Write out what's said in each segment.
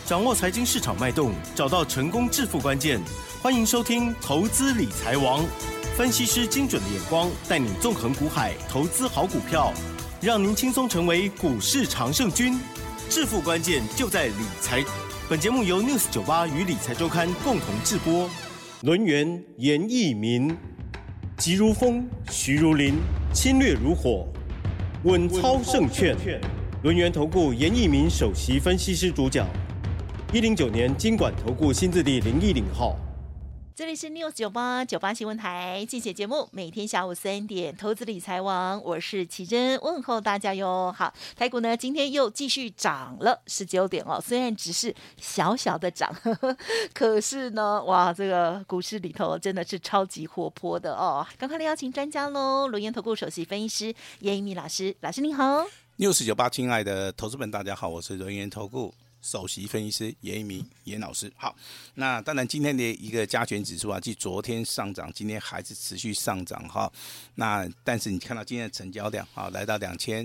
掌握财经市场脉动，找到成功致富关键。欢迎收听《投资理财王》，分析师精准的眼光，带你纵横股海，投资好股票，让您轻松成为股市常胜军。致富关键就在理财。本节目由 News 98与理财周刊共同制播。轮源严义民，急如风，徐如林，侵略如火，稳操胜券。轮源投顾严义民首席分析师主讲。109年金管投顾新字第010号。 这里是 News 98新闻台，竞选节目，每天下午3点，投资理财王，我是奇珍，问候大家哟。好，台股呢今天又继续涨了19点哦，虽然只是小小的涨，可是呢，哇，这个股市里头真的是超级活泼的哦。赶快来邀请专家喽，轮源投顾首席分析师严一鸣老师，老师您好。 News 98，亲爱的投资们，大家好，我是轮源投顾首席分析师严一鸣严老师。好，那当然今天的一个加权指数啊，继昨天上涨，今天还是持续上涨哈。那但是你看到今天的成交量啊，来到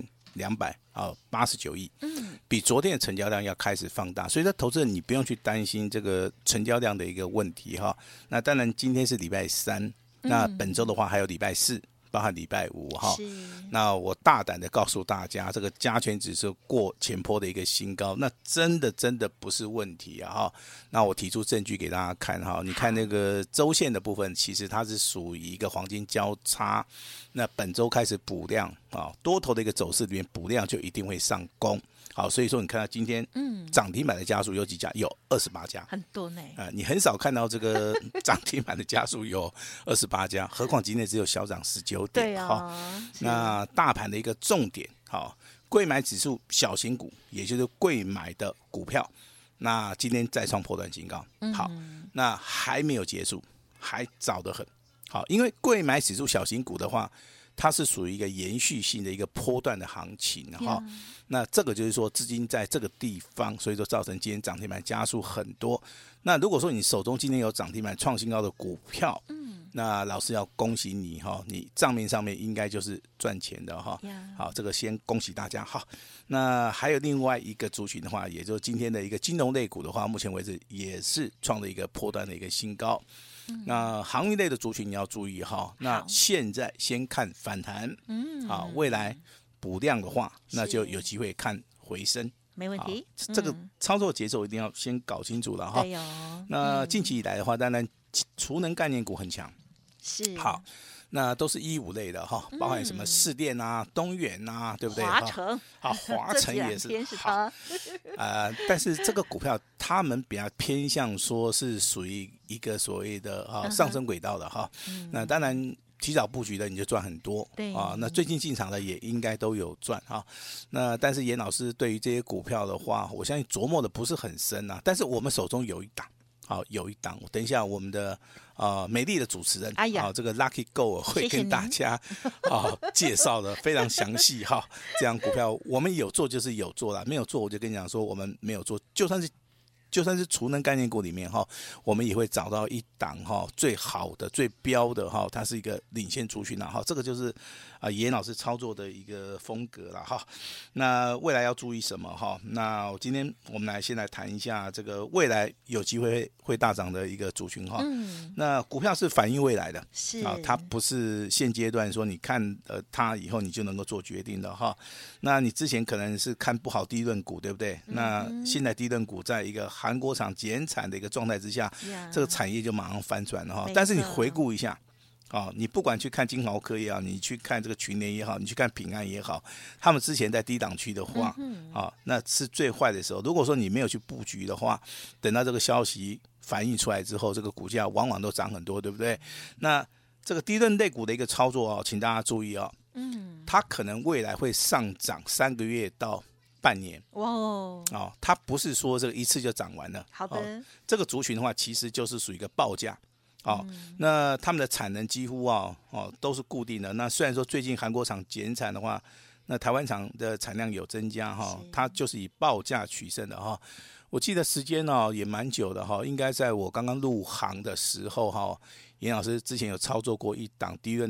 2289亿，比昨天的成交量要开始放大，所以说投资人你不用去担心这个成交量的一个问题哈。那当然今天是礼拜三，那本周的话还有礼拜四。包含礼拜五哈，那我大胆的告诉大家，这个加权指数过前波的一个新高，那真的不是问题啊哈。那我提出证据给大家看哈，你看那个周线的部分，其实它是属于一个黄金交叉，那本周开始补量啊，多头的一个走势里面补量就一定会上攻。好，所以说你看到今天涨停板的家数有几家？有28家， 很多呢。 你很少看到这个涨停板的家数有28家，何况今天只有小涨19点。 对啊。 那大盘的一个重点，好，贵买指数小型股，也就是贵买的股票，那今天再创波段新高。好，那还没有结束，还早得很。好，因为贵买指数小型股的话，它是属于一个延续性的一个波段的行情哈，那这个就是说资金在这个地方，所以说造成今天涨停板家数很多。那如果说你手中今天有涨停板创新高的股票，那老师要恭喜你哈，你账面上面应该就是赚钱的哈。好，这个先恭喜大家哈。那还有另外一个族群的话，也就是今天的一个金融类股的话，目前为止也是创了一个波段的一个新高。那航运类的族群你要注意哈，那现在先看反弹，好，未来补量的话，那就有机会看回升， 没问题。 这个操作节奏一定要先搞清楚了哈。 对哦。 那近期以来的话，当然储能概念股很强， 是好。那都是15类的哈，包含什么市电啊、东元啊，对不对？ 华城， 好，华城也是好。但是这个股票他们比较偏向说是属于一个所谓的上升轨道的哈。那当然提早布局的你就赚很多， 对啊。那最近进场的也应该都有赚哈。那但是严老师对于这些股票的话，我相信琢磨的不是很深啊。但是我们手中有一档。好，有一档，等一下我们的美丽的主持人，这个 Lucky Go 会跟大家介绍的非常详细哈。这样股票我们有做就是有做啦，没有做我就跟你讲说我们没有做，就算是储能概念股里面哈，我们也会找到一档哈最好的、最标的哈，它是一个领先族群啦哈。这个就是严老师操作的一个风格啦哈。那未来要注意什么哈？那今天我们先来谈一下这个未来有机会会大涨的一个族群哈。那股票是反映未来的， 是啊，它不是现阶段说你看它以后你就能够做决定的哈。那你之前可能是看不好低润股，对不对？那现在低润股在一个韩国厂减产的一个状态之下，这个产业就马上翻转了哈。但是你回顾一下，你不管去看金豪科也好，你去看这个群联也好，你去看平安也好，他们之前在低档区的话，那是最坏的时候。如果说你没有去布局的话，等到这个消息反映出来之后，这个股价往往都涨很多，对不对？那这个低润类股的一个操作请大家注意它可能未来会上涨3个月到半年。 哇哦！ 它不是说这个一次就涨完了。 好的。 这个族群的话，其实就是属于一个报价。那他们的产能几乎都是固定的。那虽然说最近韩国厂减产的话，那台湾厂的产量有增加它就是以报价取胜的我记得时间也蛮久的应该在我刚刚入行的时候严老师之前有操作过一档低润的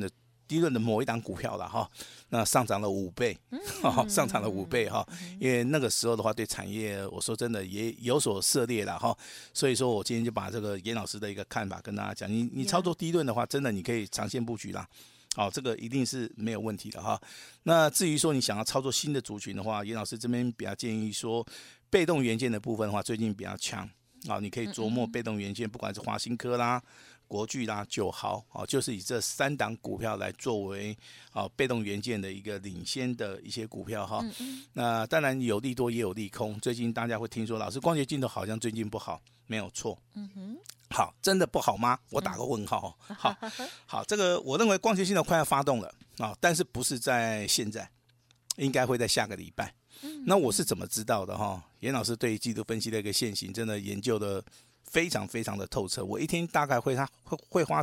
低润的某一档股票了哈，那上涨了5倍，上涨了5倍哈，因为那个时候的话对产业我说真的也有所涉猎了哈，所以说我今天就把这个严老师的一个看法跟大家讲，你操作低润的话，真的你可以长线布局啦。好，这个一定是没有问题的哈。那至于说你想要操作新的族群的话，严老师这边比较建议说，被动元件的部分的话，最近比较强。好，你可以琢磨被动元件，不管是华新科啦、国巨啦、九豪，就是以这3档股票来作为被动元件的一个领先的一些股票哈。那当然有利多也有利空，最近大家会听说，老师光学镜头好像最近不好，没有错。好，真的不好吗？我打个问号。好，这个我认为光学镜头快要发动了但是不是在现在，应该会在下个礼拜。那我是怎么知道的哈？严老师对于技术分析的一个现行，真的研究的非常非常的透彻。我一天大概会花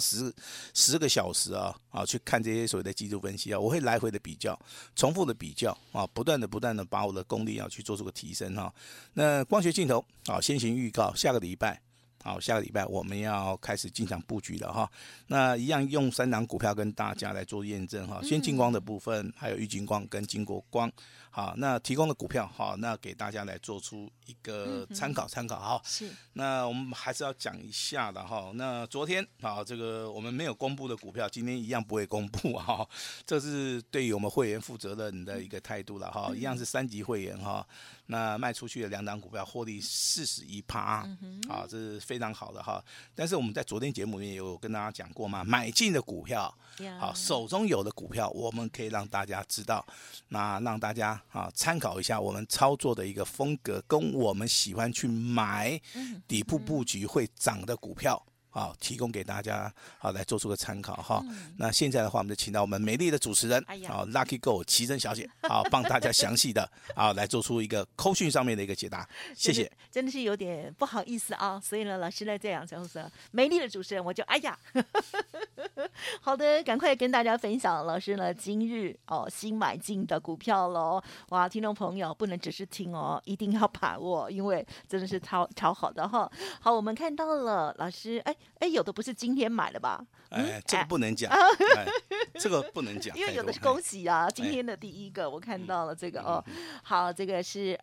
10个小时去看这些所谓的技术分析我会来回的比较，重复的比较不断的把我的功力去做出个提升那光学镜头先行预告，下个礼拜我们要开始进场布局了哈。那一样用3档股票跟大家来做验证哈。先进光的部分，还有玉晶光跟金国光，好，那提供的股票好，那给大家来做出一个参考哈。 是。 那我们还是要讲一下的哈。那昨天这个我们没有公布的股票，今天一样不会公布哈。这是对于我们会员负责任的一个态度了哈。一样是3级会员哈。那卖出去的2档股票获利41%这是非常好的哈。但是我们在昨天节目里面有跟大家讲过嘛，买进的股票，好，手中有的股票，我们可以让大家知道，那让大家参考一下我们操作的一个风格，跟我们喜欢去买底部布局会涨的股票。提供给大家来做出个参考哈。那现在的话，我们就请到我们美丽的主持人Lucky Go 奇珍小姐帮大家详细的来做出一个扣讯上面的一个解答，谢谢。 真的是有点不好意思所以呢，老师呢这样就是美丽的主持人，我就好的，赶快跟大家分享老师呢今日新买进的股票喽。哇，听众朋友不能只是听一定要把握，因为真的是超好的哈。好，我们看到了老师有的不是今天买的吧？ 这个不能讲，这个不能讲， 因为有的是恭喜今天的第一个我看到了这个好，这个是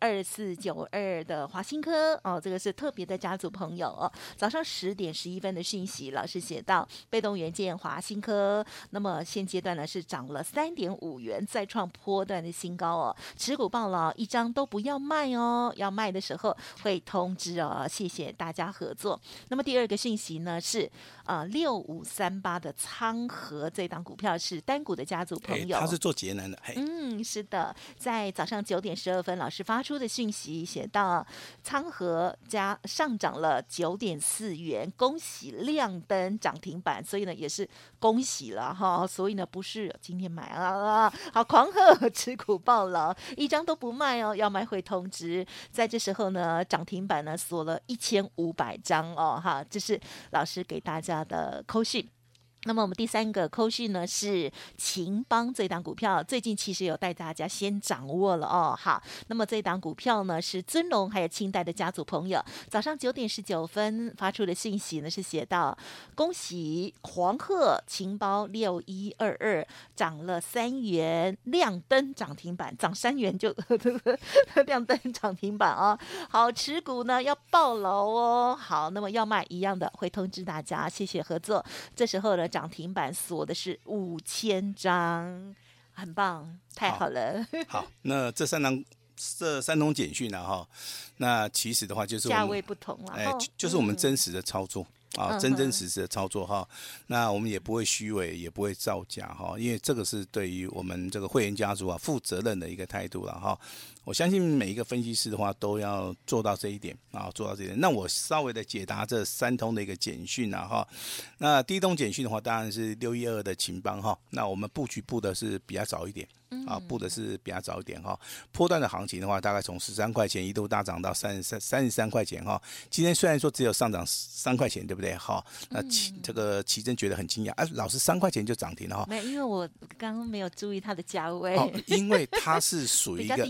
2492的华新科这个是特别的家族朋友早上10点11分的讯息，老师写到被动元件华新科，那么现阶段呢是涨了3.5元，再创波段的新高持股报了1张都不要卖要卖的时候会通知谢谢大家合作。那么第二个讯息呢是6538的仓和，这档股票是单股的家族朋友， 他是做节能的。 是的，在早上9点12分老师发出的讯息写到仓和加上涨了9.4元，恭喜亮灯涨停板，所以呢也是恭喜了哈。所以呢不是今天买好，狂贺持股抱牢，1张都不卖要买会通知。在这时候呢涨停板呢锁了1500张这是老师给大家的扣讯。那么我们第3个扣讯呢是秦邦这档股票，最近其实有带大家先掌握了好，那么这档股票呢是尊龙还有清代的家族朋友，早上9点19分发出的信息呢是写到恭喜黄鹤秦邦6122涨了3元，亮灯涨停板，涨3元就亮灯涨停板好，持股呢要抱牢好，那么要卖一样的会通知大家，谢谢合作。这时候呢涨停板锁的是5000张，很棒，太好了。 好，那这3通简讯那其实的话就是价位不同了就是我们真实的操作真实的操作那我们也不会虚伪，也不会造假因为这个是对于我们这个会员家族负责任的一个态度了我相信每一个分析师的话都要做到这一点做到这一点。那我稍微的解答这3通的一个简讯那第一通简讯的话当然是6122的秦邦那我们布局布的是比较早一点布的是比较早一点波段的行情的话大概从13块钱一度大涨到33块钱今天虽然说只有上涨3块钱，对不对那这个奇珍觉得很惊讶老师3块钱就涨停了没有，因为我刚刚没有注意它的价位因为它是属于一个比较低价的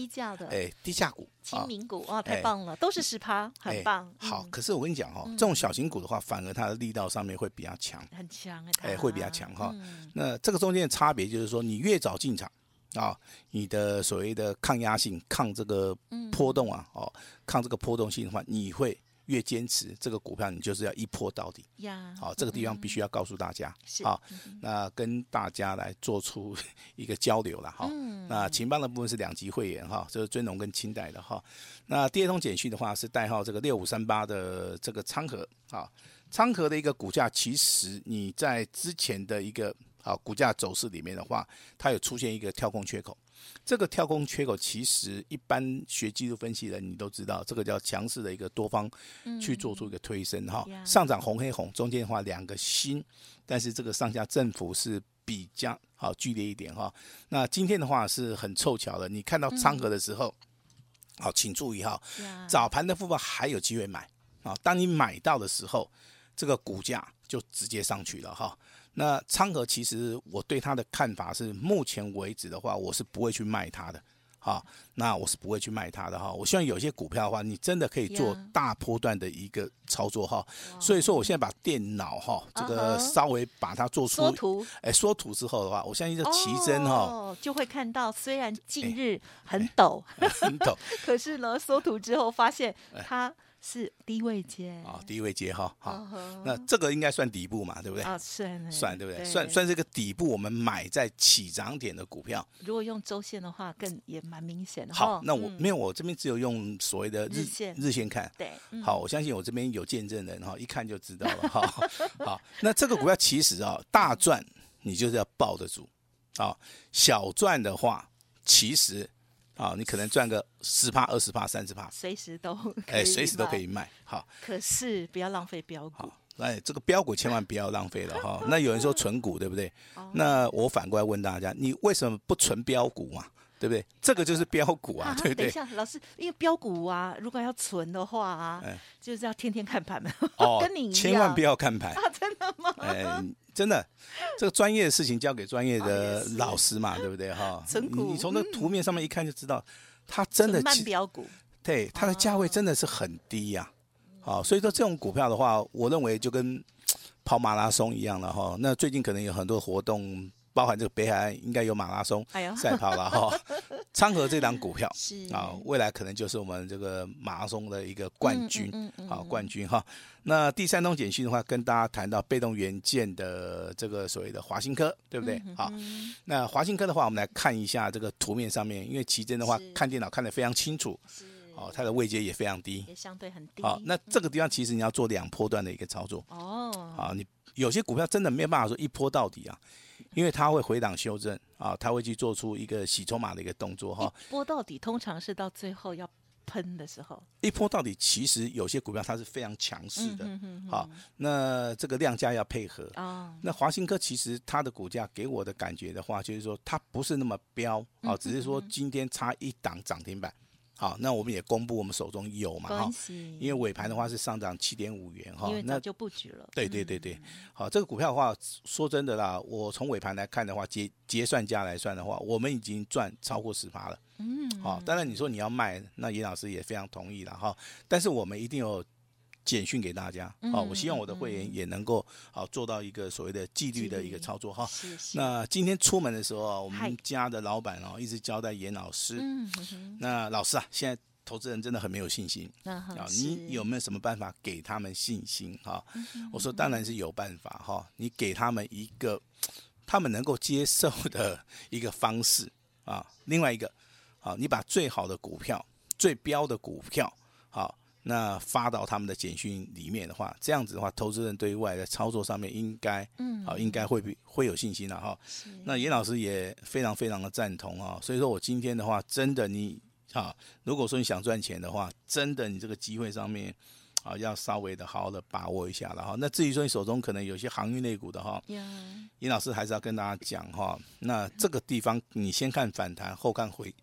个低价股， 亲民股哇，太棒了，都是10%，很棒。 好，可是我跟你讲这种小型股的话，反而它的力道上面会比较强， 很强会比较强那这个中间的差别就是说，你越早进场你的所谓的抗压性、抗这个波动抗这个波动性的话，你会越坚持这个股票，你就是要一波到底呀。好，这个地方必须要告诉大家。好，那跟大家来做出一个交流了那秦邦的部分是2级会员这是尊荣跟清代的那第二通简讯的话是代号这个6538的这个昌河昌河的一个股价，其实你在之前的一个股价走势里面的话，它有出现一个跳空缺口。这个跳空缺口其实一般学技术分析的你都知道，这个叫强势的一个多方去做出一个推升上涨红黑红，中间的话2个星，但是这个上下振幅是比较剧烈一点那今天的话是很凑巧的，你看到昌河的时候请注意早盘的部分还有机会买当你买到的时候，这个股价就直接上去了那昌河其实我对它的看法是，目前为止的话，我是不会去卖它的那我是不会去卖它的我希望有些股票的话，你真的可以做大波段的一个操作所以说我现在把电脑这个稍微把它做出缩图之后的话，我相信这奇珍就会看到，虽然近日很陡很陡， 可是呢缩图之后发现它是低位阶低位阶那这个应该算底部嘛，对不对算对不对？算这个底部，我们买在起涨点的股票。 如果用周线的话，也蛮明显的好，那我这边只有用所谓的日线看。 对， 好，我相信我这边有见证人一看就知道了好，那这个股票其实大赚你就是要抱得住小赚的话其实你可能赚个10%、20%、30%， 随时都随时都可以卖。好， 可是不要浪费标股。 这个标股千万不要浪费了那有人说存股，对不对？那我反过来问大家，你为什么不存标股嘛？对不对？这个就是标股对不对？ 等一下，老师，因为标股如果要存的话就是要天天看盘嘛。跟你一样， 千万不要看盘真的吗？ 真的，这个专业的事情交给专业的老师嘛，对不对存股， 你从那图面上面一看就知道，它真的慢标股， 对，它的价位真的是很低所以说这种股票的话，我认为就跟跑马拉松一样了那最近可能有很多活动，包含这个北海岸应该有马拉松赛跑了昌河这档股票未来可能就是我们这个马拉松的一个冠军冠军那第三通简讯的话，跟大家谈到被动元件的这个所谓的华新科，对不对？那华新科的话，我们来看一下这个图面上面，因为奇珍的话看电脑看得非常清楚，它的位阶也非常低， 也相对很低。 那这个地方其实你要做2波段的一个操作你有些股票真的没有办法说一波到底因为它会回档修正它会去做出一个洗筹码的一个动作一波到底通常是到最后要喷的时候， 一波到底其实有些股票它是非常强势的那这个量价要配合那华新科其实它的股价给我的感觉的话，就是说它不是那么飙只是说今天差一档涨停板好，那我们也公布我们手中有嘛因为尾盘的话是上涨7.5元因为早就布局了。 对，好，这个股票的话，说真的啦，我从尾盘来看的话，结算价来算的话，我们已经赚超过10%了。当然你说你要卖，那严老师也非常同意了但是我们一定有简讯给大家我希望我的会员也能够做到一个所谓的纪律的一个操作那今天出门的时候我们家的老板一直交代严老师那老师现在投资人真的很没有信心你有没有什么办法给他们信心我说当然是有办法你给他们一个他们能够接受的一个方式另外一个你把最好的股票最标的股票那发到他们的简讯里面的话，这样子的话，投资人对于未来的操作上面应该会有信心了那严老师也非常非常的赞同所以说我今天的话，真的你如果说你想赚钱的话，真的你这个机会上面要稍微的好好的把握一下了那至于说你手中可能有些航运类股的严老师还是要跟大家讲那这个地方你先看反弹，后看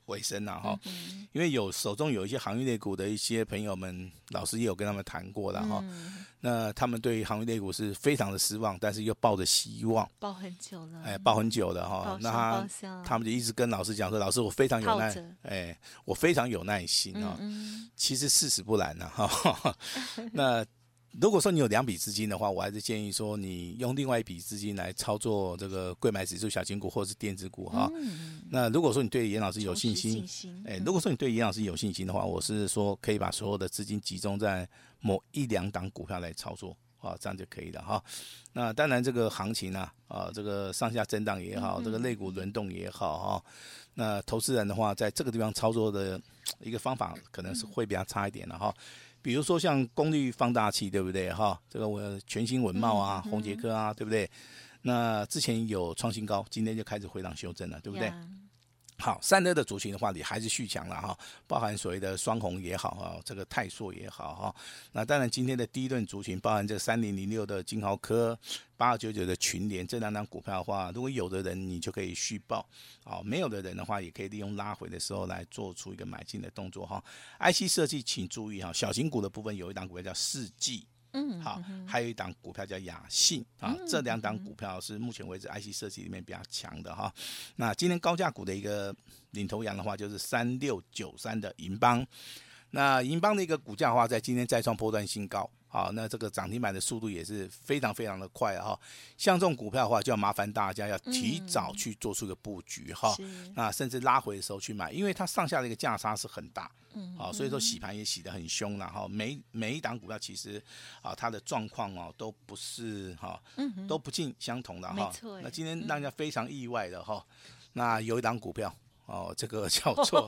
回升了哈，因为手中有一些航运类股的一些朋友们，老师也有跟他们谈过了哈。那他们对航运类股是非常的失望，但是又抱着希望， 抱很久了， 抱很久了哈。那他们就一直跟老师讲说，老师我非常有我非常有耐心啊。其实事实不然呢哈。那如果说你有2笔资金的话，我还是建议说你用另外一笔资金来操作这个贵买指数小型股或是电子股哈。那如果说你对严老师有信心，如果说你对严老师有信心的话，我是说可以把所有的资金集中在某1-2档股票来操作啊，这样就可以了哈。那当然这个行情这个上下震荡也好，这个类股轮动也好哈，那投资人的话在这个地方操作的一个方法可能是会比较差一点了哈。比如说像功率放大器，对不对哈？这个我全新文茂啊、宏捷科啊，对不对？那之前有创新高，今天就开始回档修正了，对不对？好，散热的族群的话，你还是续强了哈，包含所谓的双鸿也好哈，这个泰硕也好哈。那当然今天的第一轮族群，包含这个3006的金豪科、8299的群联这2档股票的话，如果有的人你就可以续报，没有的人的话，也可以利用拉回的时候来做出一个买进的动作哈。IC 设计请注意哈，小型股的部分有一档股票叫世纪。好，还有一档股票叫雅信啊，这2档股票是目前为止 IC 设计里面比较强的哈。那今天高价股的一个领头羊的话，就是3693的银邦。那银邦的一个股价的话，在今天再创波段新高。好，那这个涨停板的速度也是非常非常的快哈。像这种股票的话，就要麻烦大家要提早去做出一个布局哈。那甚至拉回的时候去买，因为它上下的一个价差是很大。所以说洗盘也洗得很凶了哈。每一档股票其实它的状况都不是都不尽相同的哈。那今天让人家非常意外的哈。那有一档股票这个叫做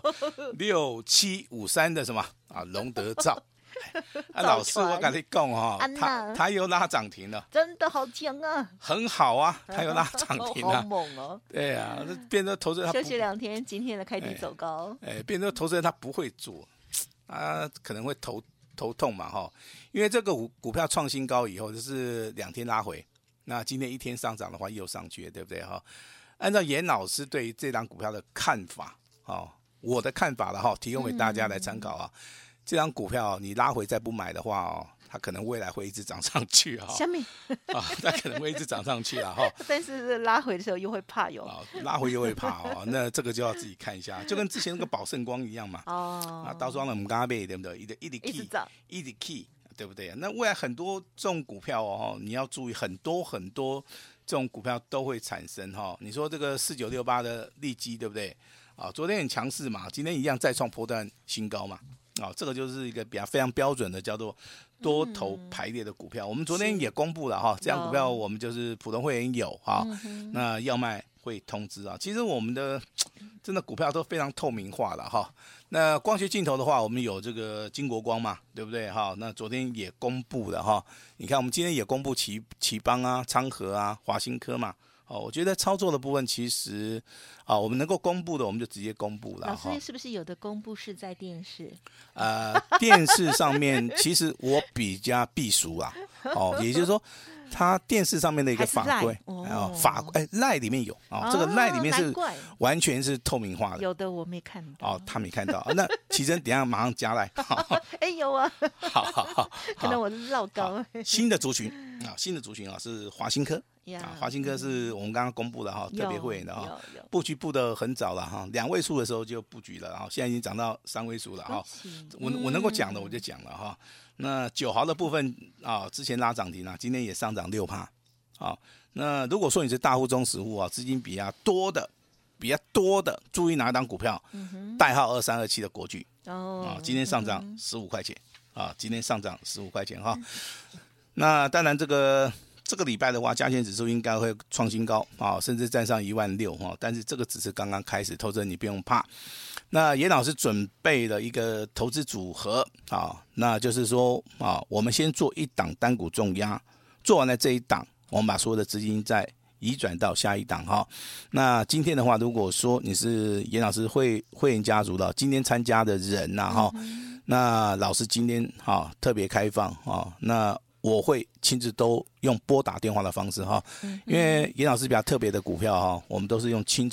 6753的什么龙德造。老师，我跟你讲他又拉涨停了， 真的好强啊， 很好啊，他又拉涨停了， 好猛哦！ 对啊，变成投资人休息2天，今天的开低走高， 变成投资人他不会做，可能会头痛嘛哈，因为这个股票创新高以后就是2天拉回，那今天1天上涨的话又上去了，对不对哈？按照严老师对于这档股票的看法，我的看法了哈，提供给大家来参考啊。这张股票你拉回再不买的话它可能未来会一直涨上去它可能会一直涨上去但是拉回的时候又会怕拉回又会怕那这个就要自己看一下，就跟之前那个宝盛光一样嘛到时候我们刚刚背对不对？一直涨，一直 key， 对不对？那未来很多这种股票你要注意，很多这种股票都会产生你说这个4968的利基对不对？昨天很强势嘛，今天一样再创波段新高嘛。这个就是一个非常标准的叫做多头排列的股票。我们昨天也公布了这样股票我们就是普通会员有那要卖会通知其实我们的真的股票都非常透明化了那光学镜头的话，我们有这个金国光嘛，对不对那昨天也公布了你看我们今天也公布奇邦啊、昌河啊、华新科嘛。我觉得操作的部分其实我们能够公布的我们就直接公布了。 老师是不是有的公布是在电视？ 电视上面其实我比较避俗也就是说它电视上面的一个法规赖里面有这个赖里面是完全是透明化的。 有的我没看到他没看到那奇珍等一下马上加赖有啊好可能我绕高新的族群是华新科华新科是我们刚刚公布的特别会员的布局布的很早了2位数的时候就布局了现在已经涨到3位数了我能够讲的我就讲了那9毫的部分之前拉涨停今天也上涨 6%那如果说你是大户中实户资金比较多的注意哪一档股票代号2327的国巨今天上涨15块钱今天上涨15块钱那当然这个礼拜的话，加权指数应该会创新高甚至站上16000但是这个只是刚刚开始，投资人你不用怕。那严老师准备了一个投资组合那就是说我们先做1档单股重压，做完了这一档，我们把所有的资金再移转到下一档那今天的话，如果说你是严老师会员家族的今天参加的人那老师今天特别开放那我会亲自都用拨打电话的方式因为严老师比较特别的股票我们都是用亲自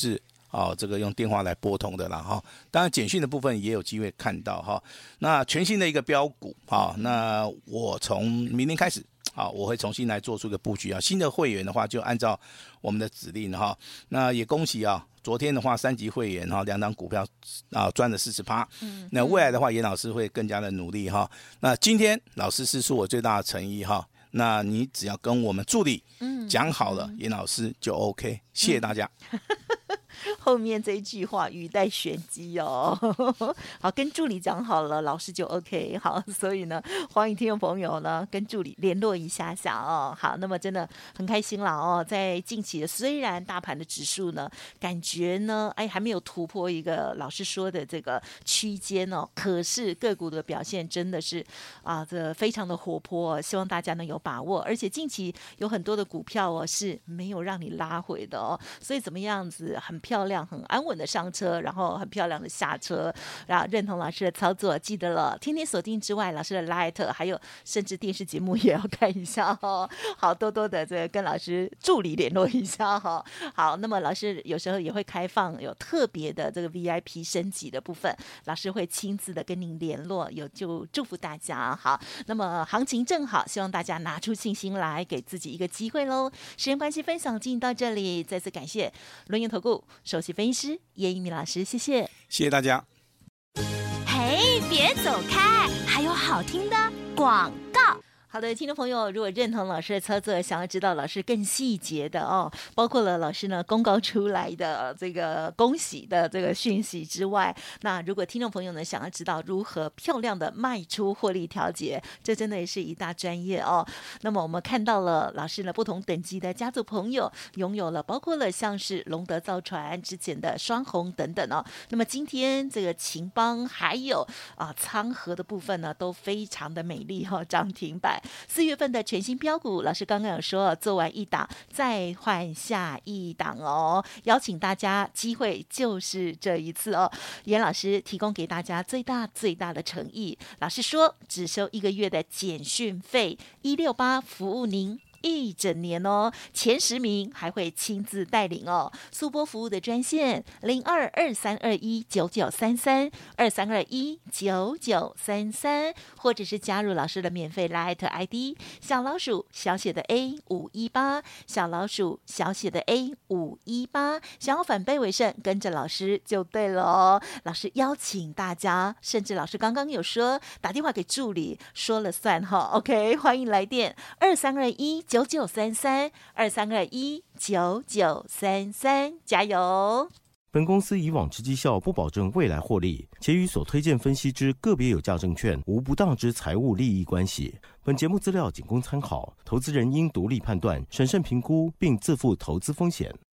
这个用电话来拨通的啦哈。当然简讯的部分也有机会看到哈。那全新的一个标股那我从明天开始我会重新来做出一个布局新的会员的话就按照我们的指令那也恭喜昨天的话3级会员2档股票赚了 40%，那未来的话严老师会更加的努力那今天老师是我最大的诚意那你只要跟我们助理讲好了，严老师就 OK， 谢谢大家。 后面这一句话语带玄机哦。好，跟助理讲好了，老师就 OK。好，所以呢，欢迎听众朋友呢跟助理联络一下下哦。好，那么真的很开心了在近期的虽然大盘的指数呢，感觉呢还没有突破一个老师说的这个区间可是个股的表现真的是这非常的活泼希望大家能有把握。而且近期有很多的股票是没有让你拉回的所以怎么样子很漂亮很安稳的上车，然后很漂亮的下车，然后认同老师的操作，记得了天天锁定之外，老师的 Light 还有甚至电视节目也要看一下好，多多的这个跟老师助理联络一下好，那么老师有时候也会开放有特别的这个 VIP 升级的部分，老师会亲自的跟您联络，就祝福大家好。那么行情正好，希望大家拿出信心来，给自己一个机会咯。时间关系，分享进行到这里，再次感谢轮源投顾首席分析师叶一鸣老师，谢谢， 谢谢大家。 嘿，别走开，还有好听的广告。 好的，听众朋友，如果认同老师的操作，想要知道老师更细节的包括了老师呢公告出来的这个恭喜的这个讯息之外，那如果听众朋友呢想要知道如何漂亮的卖出获利调节，这真的也是一大专业那么我们看到了老师呢不同等级的家族朋友拥有了，包括了像是龙德造船之前的双红等等那么今天这个秦邦还有仓和的部分呢都非常的美丽涨停板。4月份的全新标股，老师刚刚有说做完一档再换下一档邀请大家，机会就是这一次严老师提供给大家最大的诚意，老师说只收1个月的简讯费，168服务您1整年前10名还会亲自带领速播服务的专线0223219933，23219933，或者是加入老师的免费 Light ID 小老鼠小写的 A518，小老鼠小写的 A518，想要反败为胜，跟着老师就对了老师邀请大家，甚至老师刚刚有说打电话给助理说了算OK， 欢迎来电23219933，23219933，加油！ 本公司以往之绩效不保证未来获利，且与所推荐分析之个别有价证券无不当之财务利益关系。本节目资料仅供参考，投资人应独立判断、审慎评估，并自负投资风险。